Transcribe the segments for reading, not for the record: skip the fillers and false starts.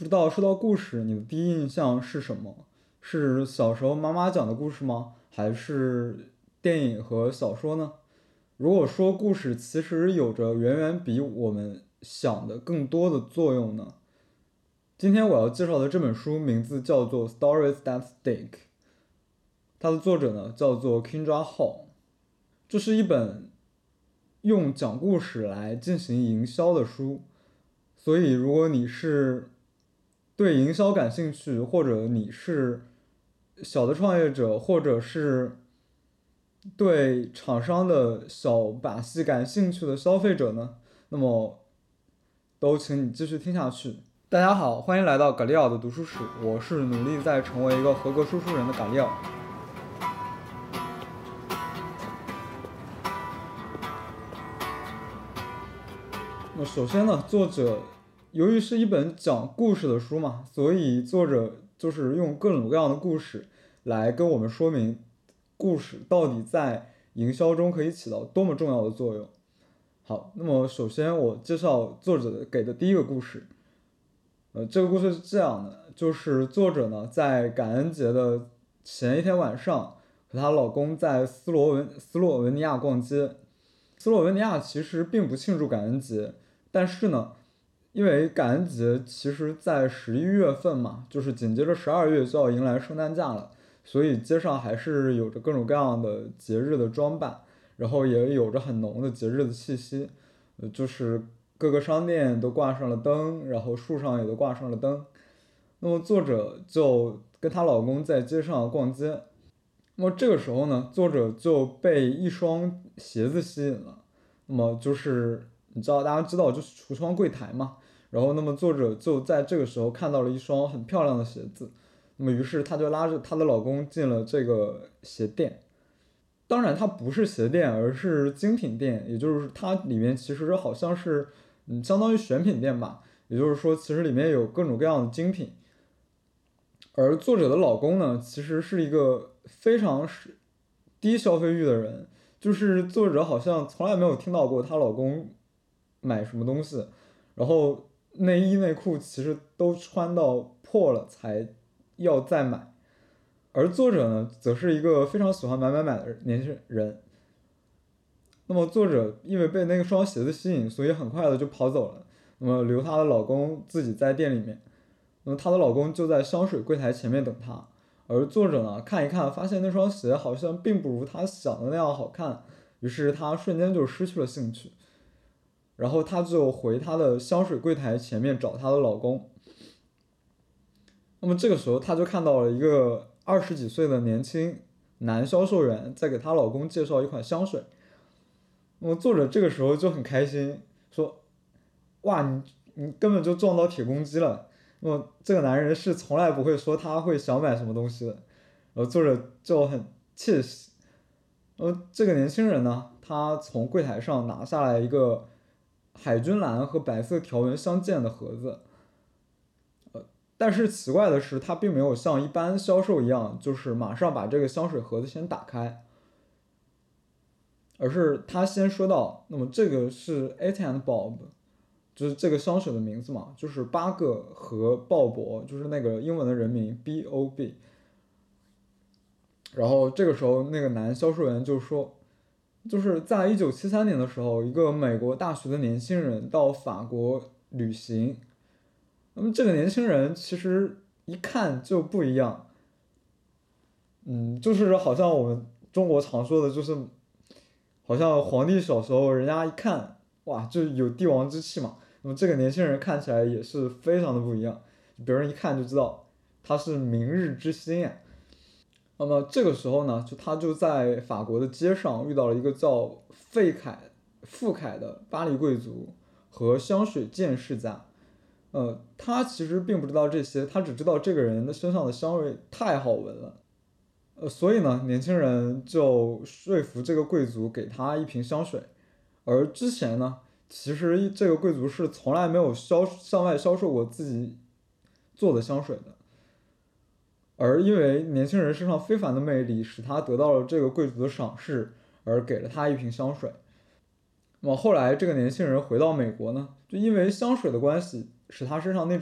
不知道说到故事，你的第一印象是什么？是小时候妈妈讲的故事吗？还是电影和小说呢？如果说故事其实有着远远比我们想的更多的作用呢？今天我要介绍的这本书名字叫做《Stories That Stick》，它的作者呢叫做 Kindra Hall。这是一本用讲故事来进行营销的书，所以如果你是对营销感兴趣，或者你是小的创业者，或者是对厂商的小把戏感兴趣的消费者呢，那么都请你继续听下去。大家好，欢迎来到嘎利奥的读书室，我是努力在成为一个合格说书人的嘎利奥。那首先呢，作者由于是一本讲故事的书嘛，所以作者就是用各种各样的故事来跟我们说明故事到底在营销中可以起到多么重要的作用。好，那么首先我介绍作者给的第一个故事。这个故事是这样的，就是作者呢在感恩节的前一天晚上和她老公在斯洛文尼亚逛街。斯洛文尼亚其实并不庆祝感恩节，但是呢，因为感恩节其实在11月份嘛，就是紧接着12月就要迎来圣诞假了，所以街上还是有着各种各样的节日的装扮，然后也有着很浓的节日的气息，就是各个商店都挂上了灯，然后树上也都挂上了灯。那么作者就跟她老公在街上逛街，那么这个时候呢，作者就被一双鞋子吸引了。那么就是你知道，大家知道就是橱窗柜台嘛。然后，那么作者就在这个时候看到了一双很漂亮的鞋子。那么于是她就拉着她的老公进了这个鞋店。当然，它不是鞋店，而是精品店，也就是它里面其实好像是相当于选品店吧。也就是说，其实里面有各种各样的精品。而作者的老公呢，其实是一个非常低消费欲的人，就是作者好像从来没有听到过她老公买什么东西，然后内衣内裤其实都穿到破了才要再买。而作者呢，则是一个非常喜欢买买买的年轻人。那么作者因为被那双鞋子吸引，所以很快的就跑走了，那么留她的老公自己在店里面。那么她的老公就在香水柜台前面等她，而作者呢看一看，发现那双鞋好像并不如她想的那样好看，于是她瞬间就失去了兴趣，然后她就回她的香水柜台前面找她的老公。那么这个时候，她就看到了一个20几岁的年轻男销售员在给她老公介绍一款香水。那么作者这个时候就很开心，说：“哇，你根本就撞到铁公鸡了。”那么这个男人是从来不会说他会想买什么东西的，然后作者就很窃喜。这个年轻人呢，他从柜台上拿下来一个海军蓝和白色条纹相间的盒子，但是奇怪的是，他并没有像一般销售一样，就是马上把这个香水盒子先打开，而是他先说到，那么这个是 It and Bob，就是这个香水的名字嘛，就是巴个和鲍勃，就是那个英文的人名 Bob。然后这个时候，那个男销售员就说，就是在1973年的时候，一个美国大学的年轻人到法国旅行。那么这个年轻人其实一看就不一样，就是好像我们中国常说的，就是好像皇帝小时候人家一看，哇，就有帝王之气嘛。那么这个年轻人看起来也是非常的不一样，别人一看就知道他是明日之星呀。那么这个时候呢，他就在法国的街上遇到了一个叫傅凯的巴黎贵族和香水鉴识家。他其实并不知道这些，他只知道这个人的身上的香味太好闻了。所以呢，年轻人就说服这个贵族给他一瓶香水。而之前呢，其实这个贵族是从来没有向外销售过自己做的香水的。而因为年轻人身上非凡的魅力，使他得到了这个贵族的赏识，而给了他一瓶香水。那么后来这个年轻人回到美国呢，就因为香水的关系，使他身上那种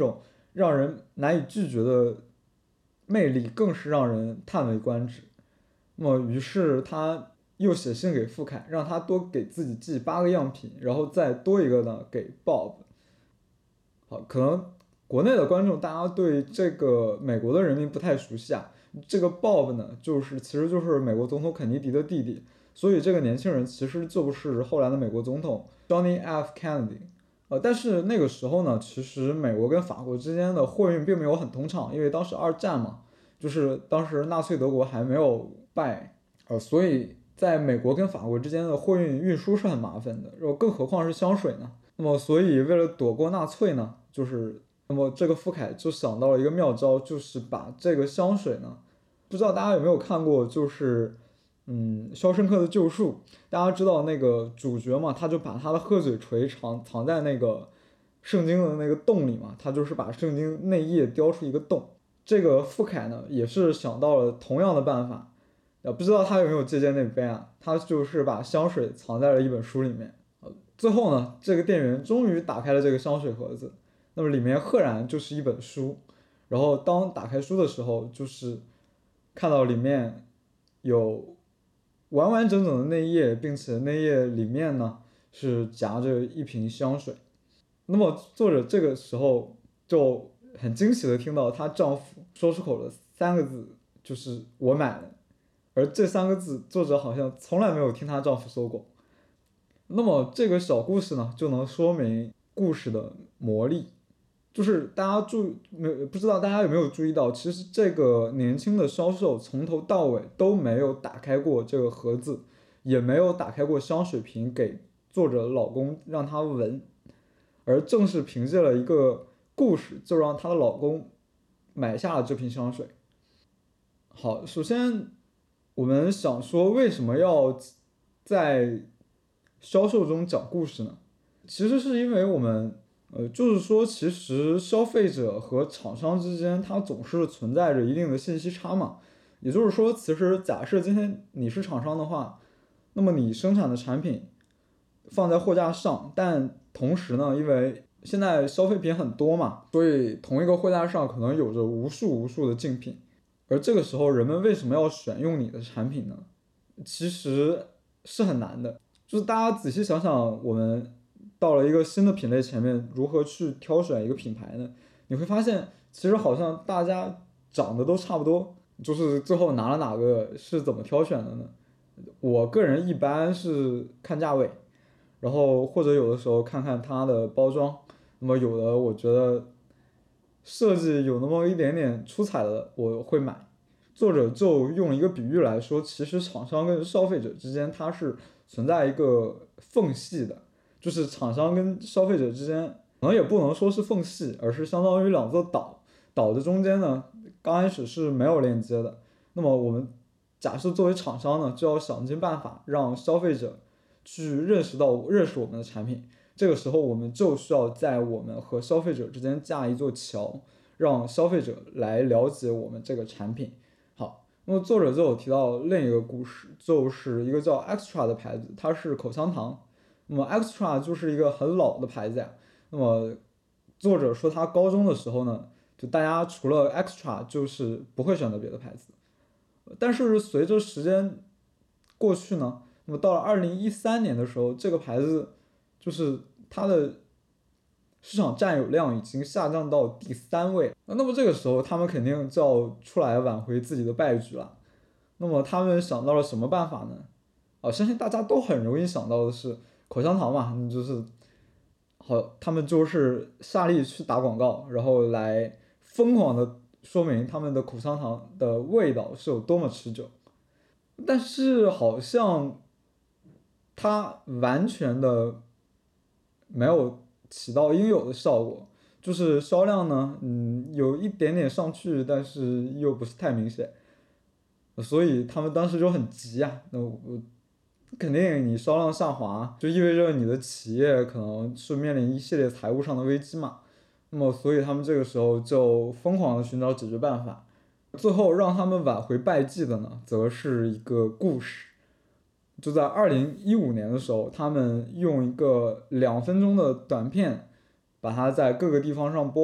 让人难以拒绝的魅力更是让人叹为观止。那么于是他又写信给傅凯，让他多给自己寄8个样品，然后再多一个呢给 Bob。好，可能国内的观众大家对这个美国的人民不太熟悉啊。这个 Bob 呢，其实就是美国总统肯尼迪的弟弟，所以这个年轻人其实就是后来的美国总统 Johnny F. Kennedy。但是那个时候呢，其实美国跟法国之间的货运并没有很通畅，因为当时二战嘛，就是当时纳粹德国还没有败，所以在美国跟法国之间的货运运输是很麻烦的，然后更何况是香水呢？那么，所以为了躲过纳粹呢，那么这个傅凯就想到了一个妙招，就是把这个香水呢，不知道大家有没有看过，《肖申克的救赎》，大家知道那个主角嘛，他就把他的鹤嘴锤藏在那个圣经的那个洞里嘛，他就是把圣经内页雕出一个洞。这个傅凯呢，也是想到了同样的办法，不知道他有没有借鉴那杯啊？他就是把香水藏在了一本书里面。最后呢，这个店员终于打开了这个香水盒子，那么里面赫然就是一本书。然后当打开书的时候，就是看到里面有完完整整的内页，并且内页里面呢是夹着一瓶香水。那么作者这个时候就很惊喜的听到她丈夫说出口的3个字，就是"我买了"，而这3个字作者好像从来没有听她丈夫说过。那么这个小故事呢，就能说明故事的魔力。就是不知道大家有没有注意到，其实这个年轻的销售从头到尾都没有打开过这个盒子，也没有打开过香水瓶给作者的老公让他闻，而正是凭借了一个故事，就让她的老公买下了这瓶香水。好，首先我们想说，为什么要在销售中讲故事呢？其实是因为我们，就是说，其实消费者和厂商之间，它总是存在着一定的信息差嘛。也就是说，其实假设今天你是厂商的话，那么你生产的产品放在货架上，但同时呢，因为现在消费品很多嘛，所以同一个货架上可能有着无数无数的竞品。而这个时候，人们为什么要选用你的产品呢？其实是很难的。就是大家仔细想想，我们到了一个新的品类前面，如何去挑选一个品牌呢？你会发现，其实好像大家长得都差不多，就是最后拿了哪个是怎么挑选的呢？我个人一般是看价位，然后或者有的时候看看它的包装。那么有的我觉得设计有那么一点点出彩的，我会买。作者就用一个比喻来说，其实厂商跟消费者之间它是存在一个缝隙的，就是厂商跟消费者之间可能也不能说是缝隙，而是相当于两座岛，岛的中间呢刚开始是没有链接的。那么我们假设作为厂商呢，就要想尽办法让消费者去认识我们的产品。这个时候我们就需要在我们和消费者之间架一座桥，让消费者来了解我们这个产品。好，那么作者就有提到另一个故事，就是一个叫 Extra 的牌子，它是口香糖。那么 Extra 就是一个很老的牌子呀。那么作者说他高中的时候呢，就大家除了 Extra 就是不会选择别的牌子。但是随着时间过去呢，那么到了2013年的时候，这个牌子就是它的市场占有量已经下降到第3位。那么这个时候他们肯定就要出来挽回自己的败局了。那么他们想到了什么办法呢？相信大家都很容易想到的是口香糖嘛，好，他们就是下力去打广告，然后来疯狂的说明他们的口香糖的味道是有多么持久。但是好像它完全的没有起到应有的效果，就是销量呢，有一点点上去，但是又不是太明显。所以他们当时就很急啊。那我肯定你销量下滑，就意味着你的企业可能是面临一系列财务上的危机嘛。那么所以他们这个时候就疯狂的寻找解决办法。最后让他们挽回败绩的呢，则是一个故事。就在2015年的时候，他们用一个2分钟的短片，把它在各个地方上播。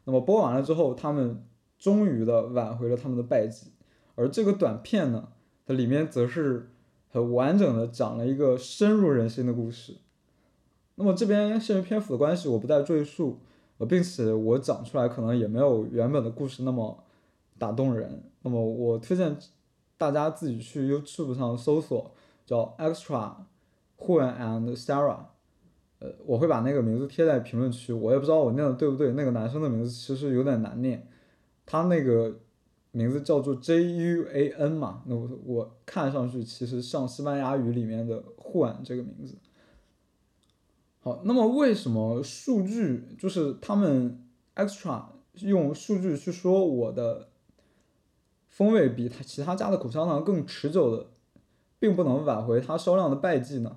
那么播完了之后，他们终于的挽回了他们的败绩。而这个短片呢，它里面则是很完整的讲了一个深入人心的故事。那么这边限于篇幅的关系，我不再赘述，并且我讲出来可能也没有原本的故事那么打动人。那么我推荐大家自己去 YouTube 上搜索叫 Extra Huan and Sarah，我会把那个名字贴在评论区。我也不知道我念的对不对，那个男生的名字其实有点难念，他那个名字叫做 Juan 嘛，那我看上去其实像西班牙语里面的 Juan 这个名字。好，那么为什么数据就是他们 Extra 用数据去说我的风味比其他家的口香糖更持久的，并不能挽回它销量的败绩呢？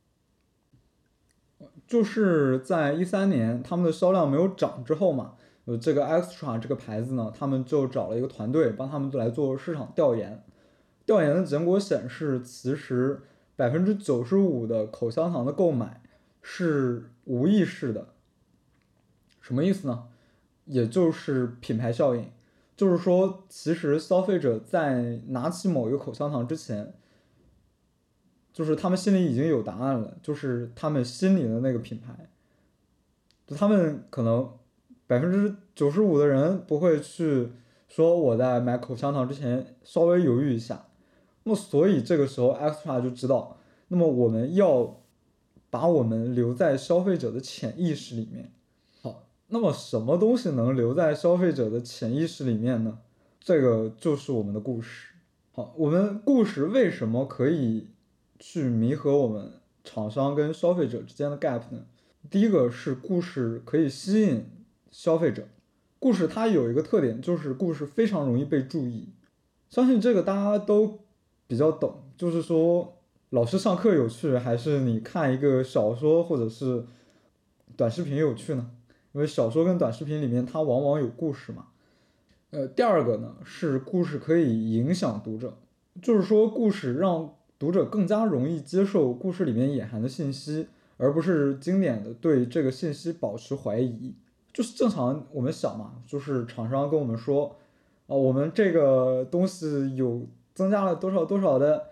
就是在2013年他们的销量没有涨之后嘛，这个 Extra 这个牌子呢，他们就找了一个团队帮他们来做市场调研。调研的结果显示，其实95%的口香糖的购买是无意识的。什么意思呢？也就是品牌效应，就是说，其实消费者在拿起某一个口香糖之前，就是他们心里已经有答案了，就是他们心里的那个品牌。就他们可能95%的人不会去说我在买口香糖之前稍微犹豫一下，那么所以这个时候 Extra 就知道，那么我们要把我们留在消费者的潜意识里面。好，那么什么东西能留在消费者的潜意识里面呢？这个就是我们的故事。好，我们故事为什么可以去弥合我们厂商跟消费者之间的 gap 呢？第一个是故事可以吸引消费者，故事它有一个特点，就是故事非常容易被注意。相信这个大家都比较懂，就是说老师上课有趣，还是你看一个小说或者是短视频有趣呢？因为小说跟短视频里面它往往有故事嘛。第二个呢是故事可以影响读者，就是说故事让读者更加容易接受故事里面隐含的信息，而不是经典的对这个信息保持怀疑。就是正常我们想嘛，就是厂商跟我们说，我们这个东西有增加了多少多少的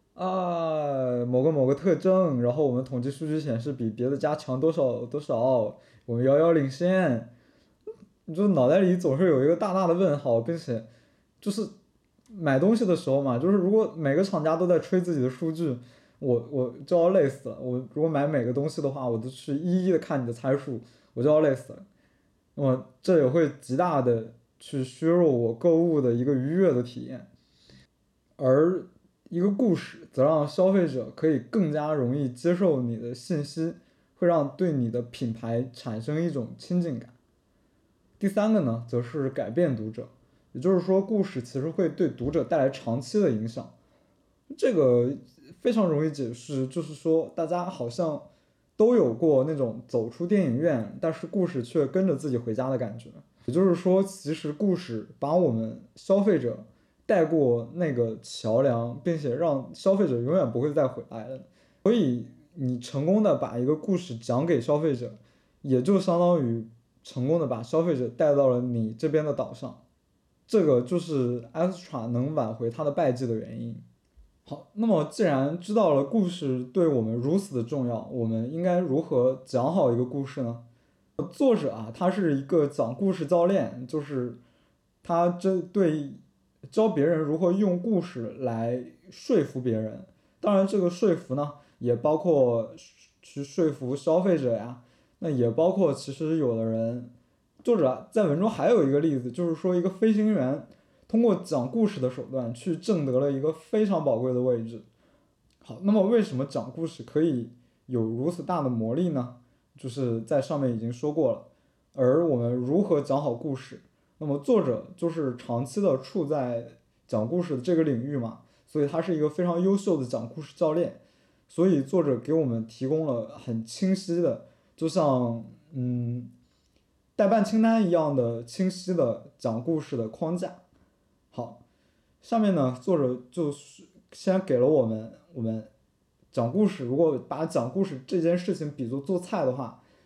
某个特征，然后我们统计数据显示比别的家强多少多少，我们遥遥领先。你就脑袋里总是有一个大大的问号，并且就是买东西的时候嘛，就是如果每个厂家都在吹自己的数据，我就要累死了。我如果买每个东西的话，我都去一一的看你的参数，我就要累死了。那么这也会极大的去削弱我购物的一个愉悦的体验。而一个故事则让消费者可以更加容易接受你的信息，会让对你的品牌产生一种亲近感。第三个呢，则是改变读者，也就是说，故事其实会对读者带来长期的影响。这个非常容易解释，就是说，大家好像都有过那种走出电影院，但是故事却跟着自己回家的感觉。也就是说，其实故事把我们消费者带过那个桥梁，并且让消费者永远不会再回来了。所以，你成功的把一个故事讲给消费者，也就相当于成功的把消费者带到了你这边的岛上。这个就是 Extra 能挽回它的败绩的原因。好，那么既然知道了故事对我们如此的重要，我们应该如何讲好一个故事呢？作者啊，他是一个讲故事教练，就是他针对教别人如何用故事来说服别人。当然，这个说服呢，也包括去说服消费者呀，那也包括其实有的人，作者啊在文中还有一个例子，就是说一个飞行员通过讲故事的手段去挣得了一个非常宝贵的位置。好，那么为什么讲故事可以有如此大的魔力呢？就是在上面已经说过了。而我们如何讲好故事？那么作者就是长期的处在讲故事的这个领域嘛，所以他是一个非常优秀的讲故事教练。所以作者给我们提供了很清晰的，就像代办清单一样的清晰的讲故事的框架。好，下面呢，作者就是先给了我们讲故事，如果把讲故事这件事情比作做菜的话，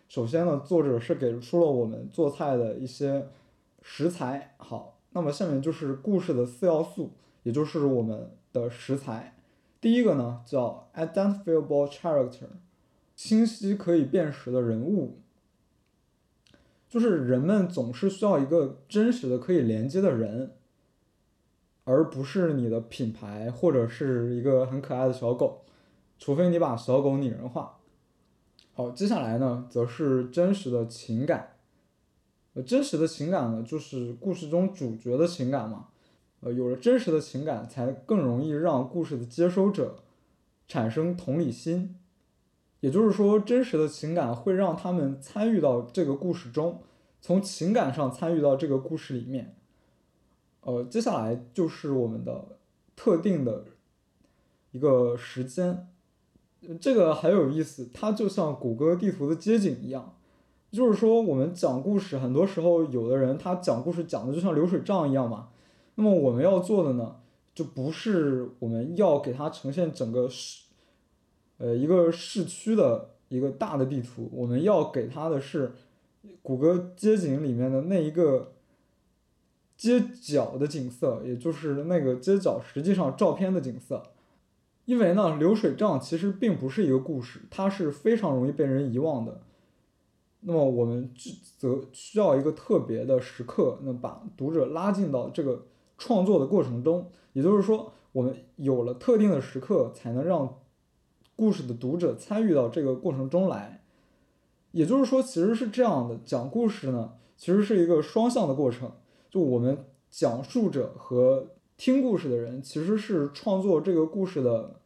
首先呢，作者是给出了我们做菜的一些食材。好，那么下面就是故事的4要素，也就是我们的食材。第一个呢叫 identifiable character， 清晰可以辨识的人物，就是人们总是需要一个真实的可以连接的人，而不是你的品牌或者是一个很可爱的小狗，除非你把小狗拟人化。好，接下来呢，则是真实的情感。真实的情感呢，就是故事中主角的情感嘛。有了真实的情感，才更容易让故事的接收者产生同理心。也就是说，真实的情感会让他们参与到这个故事中，从情感上参与到这个故事里面。接下来就是我们的特定的一个时间。这个很有意思，它就像谷歌地图的街景一样。就是说，我们讲故事，很多时候有的人他讲故事讲的就像流水账一样嘛。那么我们要做的呢，就不是我们要给他呈现整个一个市区的一个大的地图，我们要给他的是谷歌街景里面的那一个街角的景色，也就是那个街角实际上照片的景色。因为呢，流水账其实并不是一个故事，它是非常容易被人遗忘的。那么我们则需要一个特别的时刻，那把读者拉进到这个创作的过程中。也就是说，我们有了特定的时刻，才能让故事的读者参与到这个过程中来。也就是说，其实是这样的，讲故事呢，其实是一个双向的过程。就我们讲述者和听故事的人，其实是创作这个故事的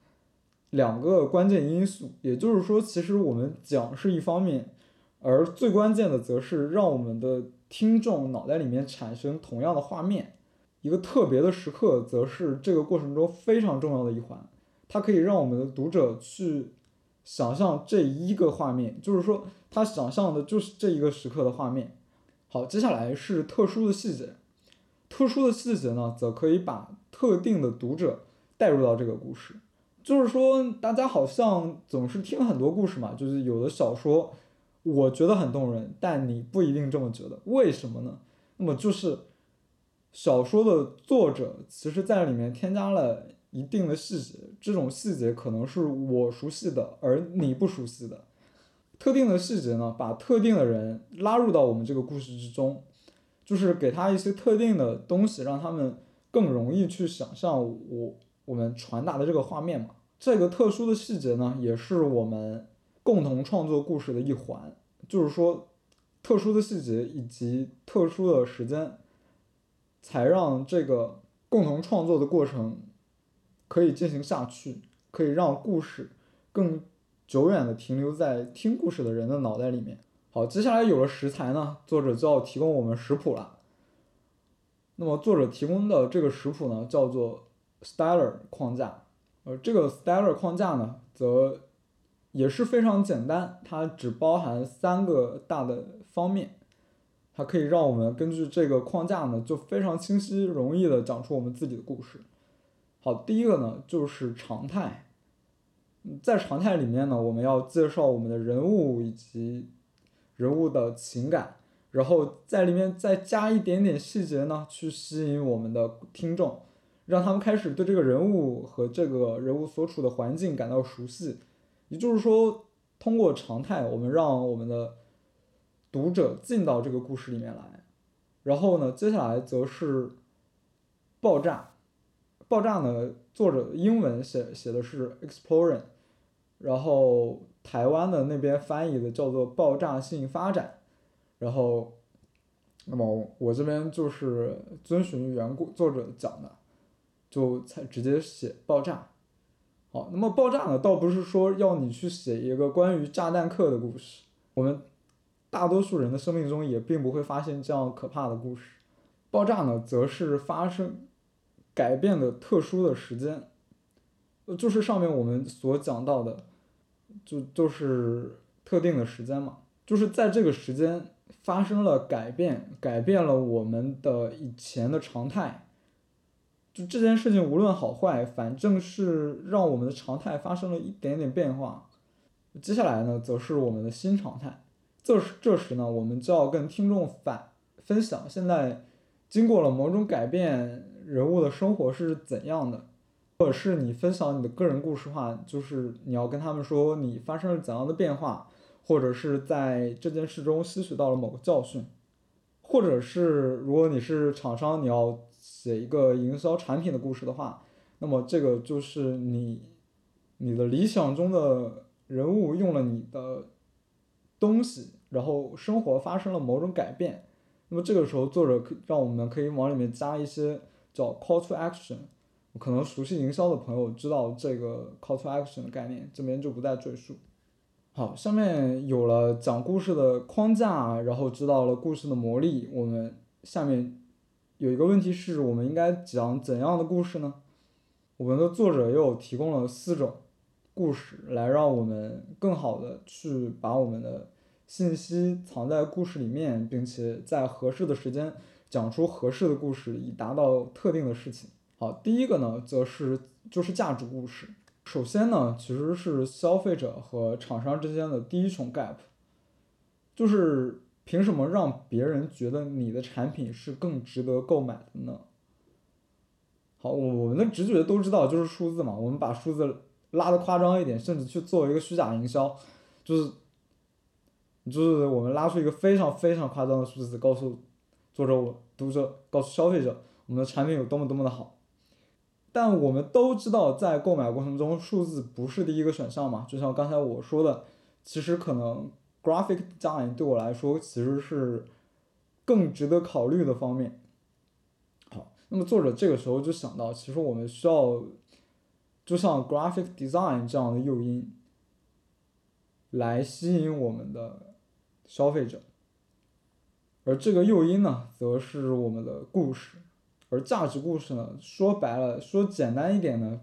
2个关键因素。也就是说，其实我们讲是一方面，而最关键的则是让我们的听众脑袋里面产生同样的画面。一个特别的时刻，则是这个过程中非常重要的一环，它可以让我们的读者去想象这一个画面，就是说他想象的就是这一个时刻的画面。好，接下来是特殊的细节。特殊的细节呢，则可以把特定的读者带入到这个故事。就是说，大家好像总是听很多故事嘛，就是有的小说我觉得很动人，但你不一定这么觉得，为什么呢？那么就是小说的作者其实在里面添加了一定的细节，这种细节可能是我熟悉的，而你不熟悉的。特定的细节呢，把特定的人拉入到我们这个故事之中，就是给他一些特定的东西，让他们更容易去想象我们传达的这个画面嘛。这个特殊的细节呢，也是我们共同创作故事的一环。就是说，特殊的细节以及特殊的时间，才让这个共同创作的过程可以进行下去，可以让故事更久远的停留在听故事的人的脑袋里面。好，接下来有了食材呢，作者就要提供我们食谱了。那么作者提供的这个食谱呢，叫做 Stellar 框架。这个 Stellar 框架呢，则也是非常简单，它只包含3个大的方面，它可以让我们根据这个框架呢，就非常清晰容易的讲出我们自己的故事。好，第一个呢，就是常态。在常态里面呢，我们要介绍我们的人物以及人物的情感，然后在里面再加一点点细节呢，去吸引我们的听众，让他们开始对这个人物和这个人物所处的环境感到熟悉。也就是说，通过常态，我们让我们的读者进到这个故事里面来。然后呢，接下来则是爆炸。爆炸呢，作者英文写的是 explosion， 然后台湾的那边翻译的叫做爆炸性发展。然后那么我这边就是遵循原作者讲的，就才直接写爆炸。好，那么爆炸呢，倒不是说要你去写一个关于炸弹客的故事，我们大多数人的生命中也并不会发现这样可怕的故事。爆炸呢，则是发生改变的特殊的时间，就是上面我们所讲到的，就是特定的时间嘛，就是在这个时间发生了改变，改变了我们的以前的常态。就这件事情无论好坏，反正是让我们的常态发生了一点点变化。接下来呢，则是我们的新常态。 这时呢，我们就要跟听众分享现在经过了某种改变，人物的生活是怎样的，或者是你分享你的个人故事话，就是你要跟他们说你发生了怎样的变化，或者是在这件事中吸取到了某个教训，或者是如果你是厂商，你要写一个营销产品的故事的话，那么这个就是你的理想中的人物用了你的东西，然后生活发生了某种改变，那么这个时候作者让我们可以往里面加一些叫 call to action，可能熟悉营销的朋友知道这个 call to action 的概念，这边就不再赘述。好，下面有了讲故事的框架，然后知道了故事的魔力，我们下面有一个问题是我们应该讲怎样的故事呢？我们的作者又提供了4种故事，来让我们更好的去把我们的信息藏在故事里面，并且在合适的时间讲出合适的故事，以达到特定的事情。好，第一个呢，就是价值故事。首先呢，其实是消费者和厂商之间的第一重 gap，就是凭什么让别人觉得你的产品是更值得购买的呢？好，我们的直觉都知道，就是数字嘛，我们把数字拉得夸张一点，甚至去做一个虚假营销，就是我们拉出一个非常非常夸张的数字，告诉作者读者，告诉消费者，我们的产品有多么多么的好。但我们都知道，在购买过程中，数字不是第一个选项嘛。就像刚才我说的，其实可能 graphic design 对我来说其实是更值得考虑的方面。好，那么作者这个时候就想到，其实我们需要就像 graphic design 这样的诱因来吸引我们的消费者，而这个诱因呢，则是我们的故事。而价值故事呢，说白了，说简单一点呢，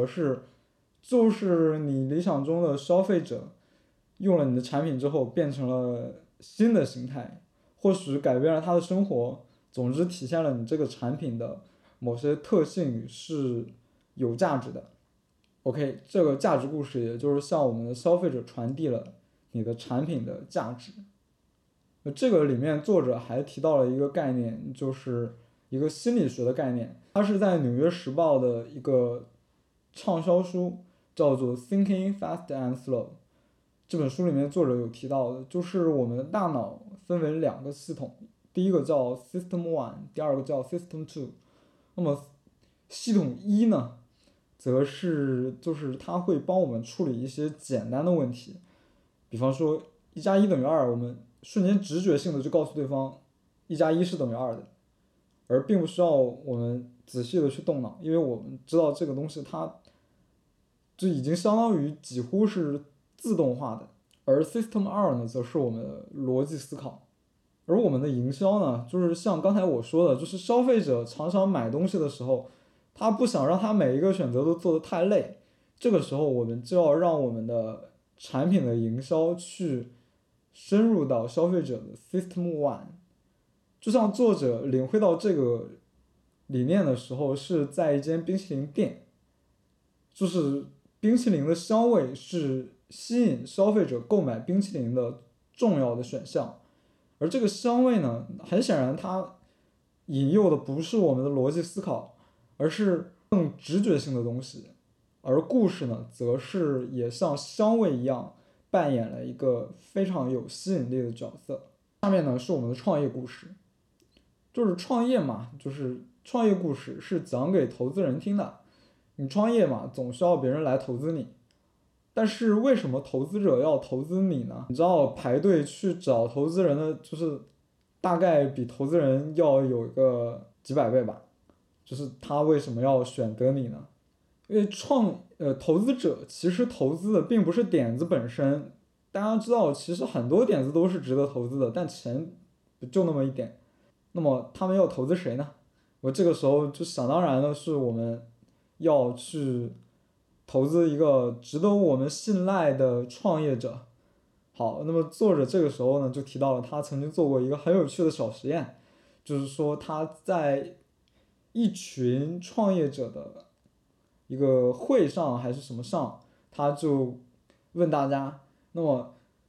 就是你理想中的消费者用了你的产品之后变成了新的形态，或许改变了他的生活，总之体现了你这个产品的某些特性是有价值的。OK，这个价值故事也就是向我们的消费者传递了你的产品的价值。这个里面作者还提到了一个概念，就是一个心理学的概念，它是在《纽约时报》的一个畅销书，叫做《Thinking Fast and Slow》。这本书里面作者有提到的，就是我们的大脑分为2个系统，第一个叫 System One，第二个叫 System Two。那么系统1呢，就是它会帮我们处理一些简单的问题，比方说1+1等于2，我们瞬间直觉性的就告诉对方1+1是等于2的，而并不需要我们仔细的去动脑，因为我们知道这个东西它就已经相当于几乎是自动化的。而 System 2呢，则是我们的逻辑思考。而我们的营销呢，就是像刚才我说的，就是消费者常常买东西的时候，他不想让他每一个选择都做得太累，这个时候我们就要让我们的产品的营销去深入到消费者的 System One。就像作者领会到这个理念的时候，是在一间冰淇淋店，就是冰淇淋的香味是吸引消费者购买冰淇淋的重要的选项，而这个香味呢，很显然它引诱的不是我们的逻辑思考，而是更直觉性的东西，而故事呢，则是也像香味一样扮演了一个非常有吸引力的角色。下面呢是我们的创业故事，就是创业嘛，就是创业故事是讲给投资人听的。你创业嘛，总需要别人来投资你，但是为什么投资者要投资你呢？你知道排队去找投资人的，就是大概比投资人要有个几百倍吧，就是他为什么要选择你呢？因为投资者其实投资的并不是点子本身，大家知道其实很多点子都是值得投资的，但钱就那么一点，那么他们要投资谁呢？我这个时候就想当然的是我们要去投资一个值得我们信赖的创业者。好，那么作者这个时候呢就提到了他曾经做过一个很有趣的小实验，就是说他在一群创业者的一个会上还是什么上，他就问大家，那么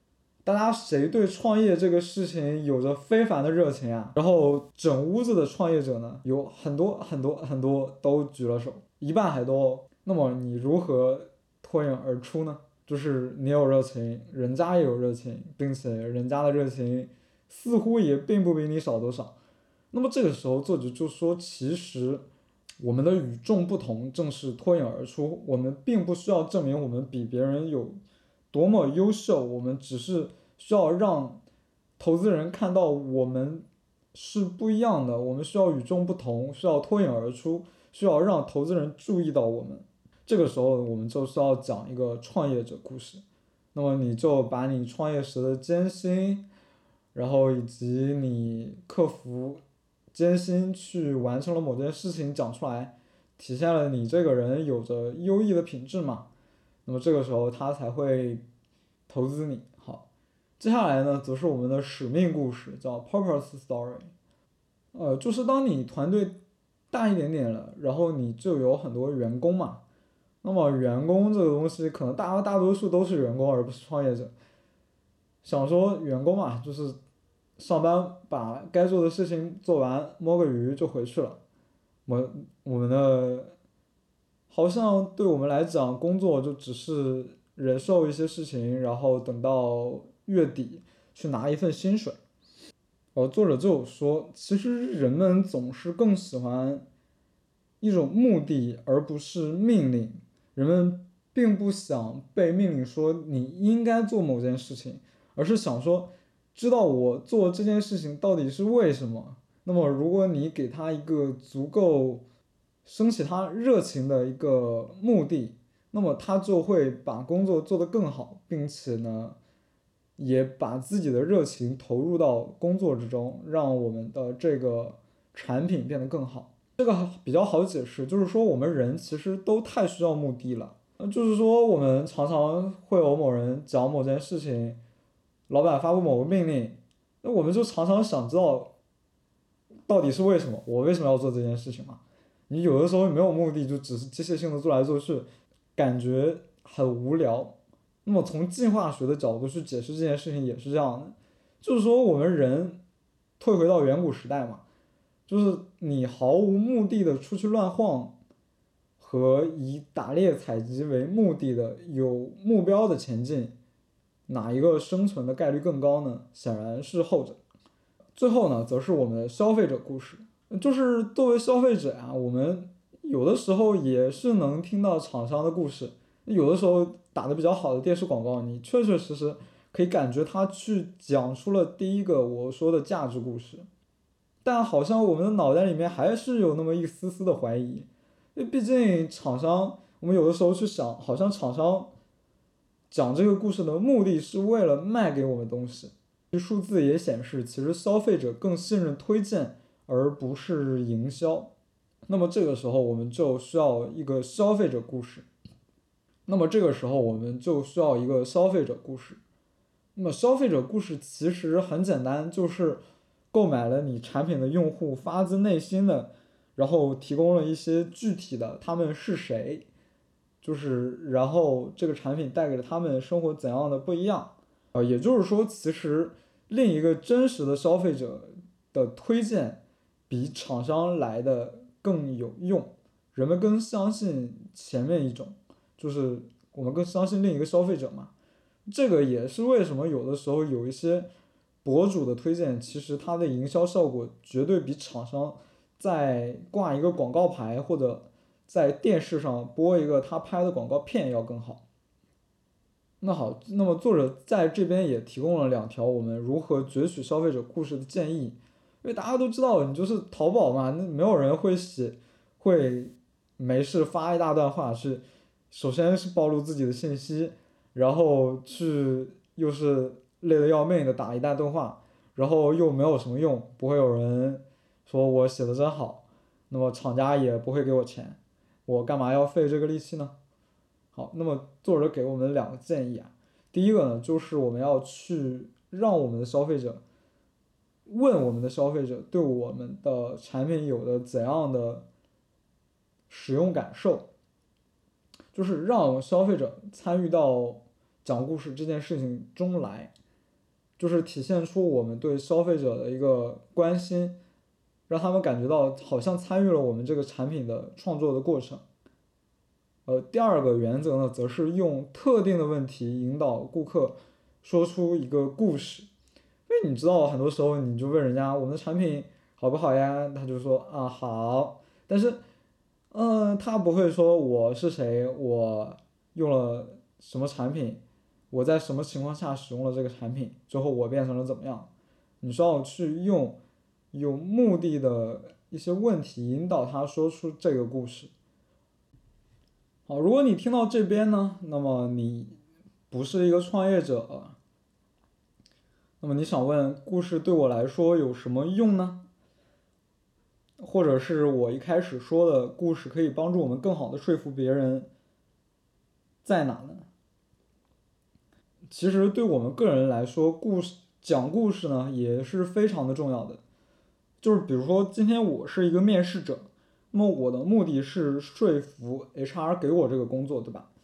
大家谁对创业这个事情有着非凡的热情啊？然后整屋子的创业者呢，有很多很多很多都举了手，一半还多哦。那么你如何脱颖而出呢？就是你有热情，人家也有热情，并且人家的热情似乎也并不比你少多少。那么这个时候，作者就说，其实我们的与众不同正是脱颖而出。我们并不需要证明我们比别人有多么优秀，我们只是需要让投资人看到我们是不一样的，我们需要与众不同，需要脱颖而出，需要让投资人注意到我们。这个时候，我们就需要讲一个创业者故事。那么你就把你创业时的艰辛，然后以及你克服艰辛去完成了某件事情讲出来，体现了你这个人有着优异的品质嘛。那么这个时候他才会投资你。好，接下来呢，则是我们的使命故事，叫 purpose story。就是当你团队大一点点了，然后你就有很多员工嘛。那么员工这个东西，可能大多数都是员工，而不是创业者。想说员工嘛，就是上班把该做的事情做完，摸个鱼就回去了。我们的好像对我们来讲，工作就只是忍受一些事情，然后等到月底去拿一份薪水。作者就有说，其实人们总是更喜欢一种目的，而不是命令。人们并不想被命令说你应该做某件事情，而是想说，知道我做这件事情到底是为什么。那么，如果你给他一个足够升起他热情的一个目的，那么他就会把工作做得更好，并且呢，也把自己的热情投入到工作之中，让我们的这个产品变得更好。这个比较好解释，就是说我们人其实都太需要目的了。就是说我们常常会有某人讲某件事情，老板发布某个命令，那我们就常常想知道到底是为什么，我为什么要做这件事情嘛？你有的时候没有目的，就只是机械性的做来做去，感觉很无聊。那么从进化学的角度去解释这件事情也是这样的，就是说我们人退回到远古时代嘛，就是你毫无目的的出去乱晃，和以打猎采集为目的的有目标的前进，哪一个生存的概率更高呢？显然是后者。最后呢，则是我们的消费者故事，就是作为消费者啊，我们有的时候也是能听到厂商的故事，有的时候打的比较好的电视广告，你确确实实可以感觉他去讲出了第一个我说的价值故事，但好像我们的脑袋里面还是有那么一丝丝的怀疑，因为毕竟厂商，我们有的时候去想，好像厂商讲这个故事的目的是为了卖给我们东西。数字也显示，其实消费者更信任推荐而不是营销。那么这个时候我们就需要一个消费者故事。那么这个时候我们就需要一个消费者故事。那么消费者故事其实很简单，就是购买了你产品的用户发自内心的，然后提供了一些具体的他们是谁，就是然后这个产品带给了他们生活怎样的不一样。也就是说，其实另一个真实的消费者的推荐比厂商来的更有用，人们更相信前面一种，就是我们更相信另一个消费者嘛。这个也是为什么有的时候有一些博主的推荐，其实它的营销效果绝对比厂商在挂一个广告牌或者在电视上播一个他拍的广告片要更好。那好，那么作者在这边也提供了2条我们如何攫取消费者故事的建议，因为大家都知道，你就是淘宝嘛，那没有人会没事发一大段话去，首先是暴露自己的信息，然后去又是累得要命的打一大段话，然后又没有什么用，不会有人说我写的真好，那么厂家也不会给我钱，我干嘛要费这个力气呢？好，那么作者给我们2个建议啊。第一个呢，就是我们要去让我们的消费者问我们的消费者对我们的产品有着怎样的使用感受，就是让消费者参与到讲故事这件事情中来。 就是体现出我们对消费者的一个关心，让他们感觉到好像参与了我们这个产品的创作的过程。第二个原则呢，则是用特定的问题引导顾客说出一个故事。因为你知道，很多时候你就问人家我们的产品好不好呀，他就说啊好，但是他不会说我是谁，我用了什么产品，我在什么情况下使用了这个产品，之后我变成了怎么样。你需要去用有目的的一些问题引导他说出这个故事。好，如果你听到这边呢，那么你不是一个创业者，那么你想问故事对我来说有什么用呢？或者是我一开始说的故事可以帮助我们更好的说服别人在哪呢？其实对我们个人来说，讲故事呢也是非常的重要的。就是比如说今天我是一个面试者，那么我的目的是说服 HR 给我这个工作，对吧？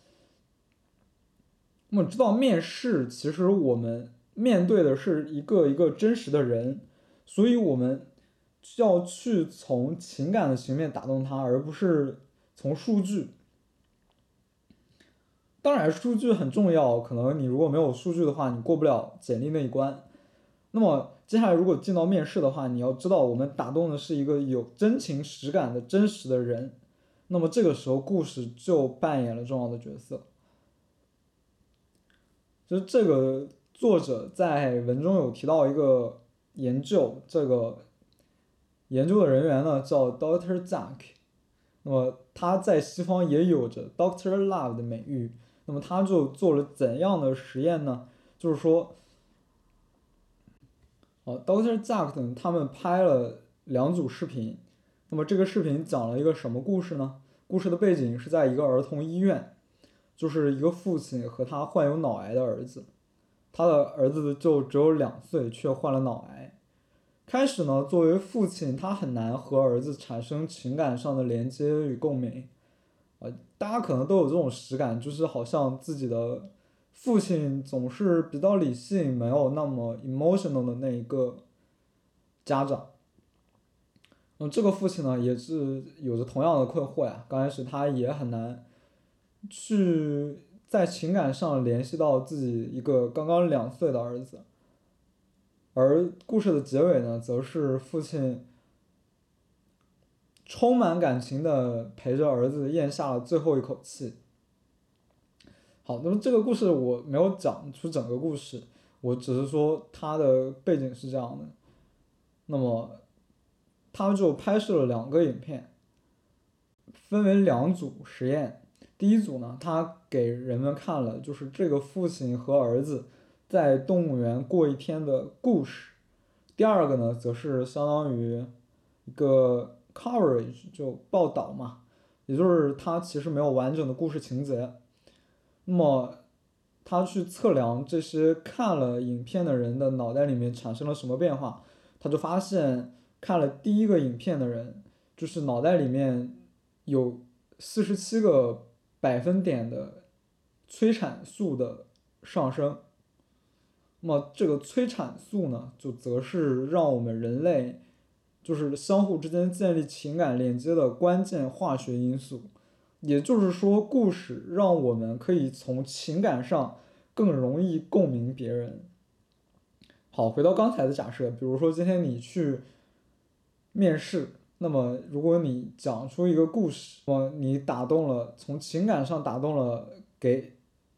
那么知道面试，其实我们面对的是一个一个真实的人，所以我们要去从情感的层面打动他，而不是从数据。当然，数据很重要，可能你如果没有数据的话，你过不了简历那一关。那么接下来如果进到面试的话，你要知道我们打动的是一个有真情实感的真实的人，那么这个时候故事就扮演了重要的角色。就是这个作者在文中有提到一个研究，这个研究的人员呢叫 Dr. Zack， 那么他在西方也有着 Dr. Love 的美誉。那么他就做了怎样的实验呢？就是说Dr. Zack 呢他们拍了2组视频，那么这个视频讲了一个什么故事呢？故事的背景是在一个儿童医院，就是一个父亲和他患有脑癌的儿子，他的儿子就只有2岁，却患了脑癌。开始呢，作为父亲，他很难和儿子产生情感上的连接与共鸣。大家可能都有这种实感，就是好像自己的父亲总是比较理性，没有那么 emotional 的那一个家长。这个父亲呢，也是有着同样的困惑呀。刚开始他也很难去在情感上联系到自己一个刚刚2岁的儿子。而故事的结尾呢，则是父亲充满感情的陪着儿子咽下了最后一口气。好，那么这个故事我没有讲出整个故事，我只是说它的背景是这样的。那么他就拍摄了2个影片，分为2组实验。第一组呢，他给人们看了就是这个父亲和儿子在动物园过一天的故事。第二个呢，则是相当于一个 coverage， 就报道嘛，也就是他其实没有完整的故事情节。那么他去测量这些看了影片的人的脑袋里面产生了什么变化，他就发现看了第一个影片的人，就是脑袋里面有47个百分点的催产素的上升。那么这个催产素呢，就则是让我们人类就是相互之间建立情感链接的关键化学因素。也就是说，故事让我们可以从情感上更容易共鸣别人。好，回到刚才的假设，比如说今天你去面试，那么如果你讲出一个故事，那么你打动了，从情感上打动了给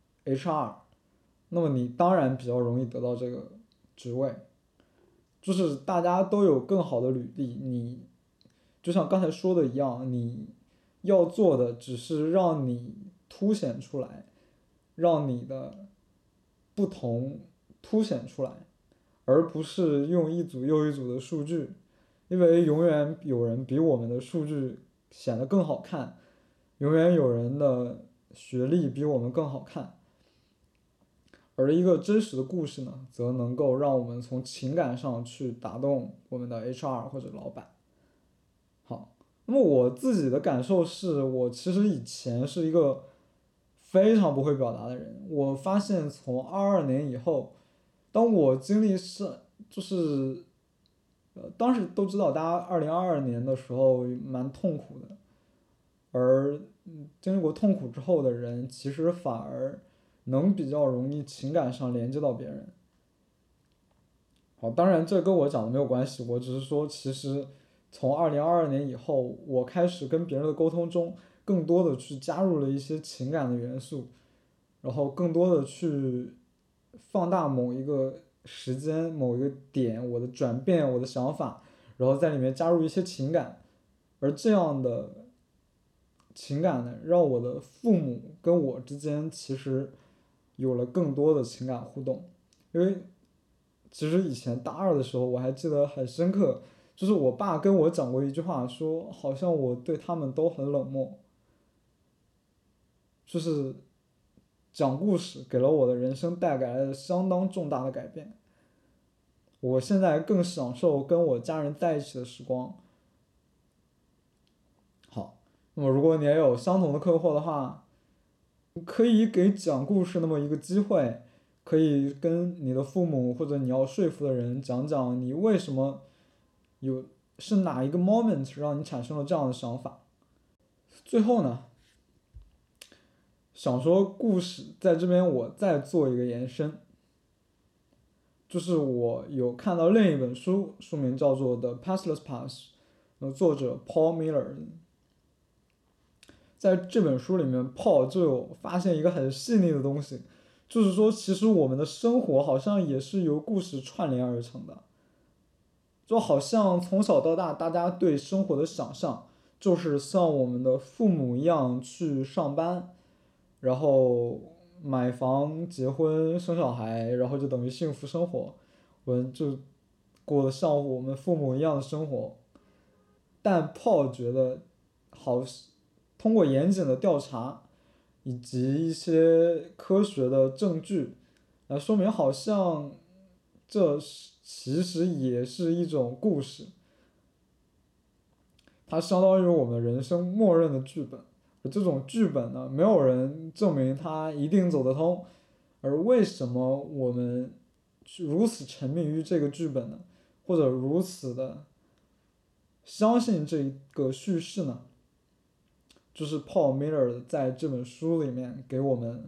HR，那么你当然比较容易得到这个职位。就是大家都有更好的履历，你就像刚才说的一样，你要做的只是让你凸显出来，让你的不同凸显出来，而不是用一组又一组的数据。因为永远有人比我们的数据显得更好看，永远有人的学历比我们更好看。而一个真实的故事呢，则能够让我们从情感上去打动我们的 HR 或者老板。好，那么我自己的感受是，我其实以前是一个非常不会表达的人。我发现从22年以后， 当我经历就是当时都知道，大家2022年的时候蛮痛苦的，而经历过痛苦之后的人，其实反而能比较容易情感上连接到别人。好，当然这跟我讲的没有关系，我只是说，其实从2022年以后，我开始跟别人的沟通中，更多的去加入了一些情感的元素，然后更多的去放大某一个时间、某一个点，我的转变、我的想法，然后在里面加入一些情感，而这样的情感呢，让我的父母跟我之间其实有了更多的情感互动，因为其实以前大二的时候，我还记得很深刻，就是我爸跟我讲过一句话，说好像我对他们都很冷漠，就是讲故事给了我的人生带来了相当重大的改变。我现在更享受跟我家人在一起的时光。好，那么如果你也有相同的困惑的话，可以给讲故事那么一个机会，可以跟你的父母或者你要说服的人讲讲你为什么是哪一个 moment 让你产生了这样的想法。最后呢，想说故事在这边我再做一个延伸，就是我有看到另一本书，书名叫做《The Pathless Path》，作者 Paul Miller。在这本书里面 Paul 就有发现一个很细腻的东西，就是说其实我们的生活好像也是由故事串联而成的，就好像从小到大大家对生活的想象就是像我们的父母一样去上班，然后买房结婚生小孩，然后就等于幸福生活，我们就过得像我们父母一样的生活。但 Paul 觉得通过严谨的调查以及一些科学的证据来说明，好像这其实也是一种故事，它相当于我们人生默认的剧本。而这种剧本呢，没有人证明它一定走得通。而为什么我们如此沉迷于这个剧本呢？或者如此的相信这个叙事呢？就是 Paul Miller 在这本书里面给我们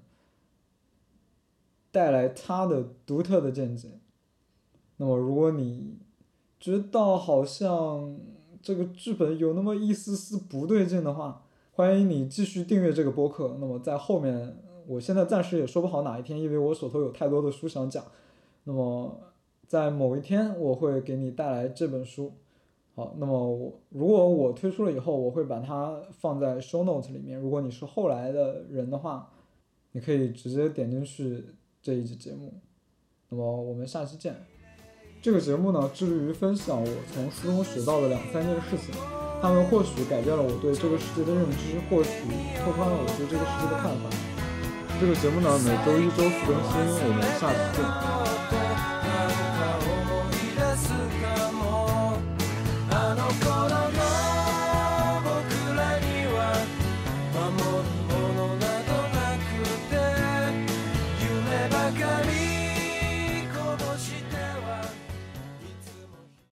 带来他的独特的见解。那么如果你觉得好像这个剧本有那么一丝丝不对劲的话，欢迎你继续订阅这个播客。那么在后面，我现在暂时也说不好哪一天，因为我手头有太多的书想讲。那么在某一天我会给你带来这本书。好，那么如果我推出了以后，我会把它放在 show note 里面。如果你是后来的人的话，你可以直接点进去这一集节目。那么我们下期见。这个节目呢，致力于分享我从书中学到的2-3件事情，它们或许改变了我对这个世界的认知，或许拓宽了我对这个世界的看法。这个节目呢，每周1、周4更新，我们下期见。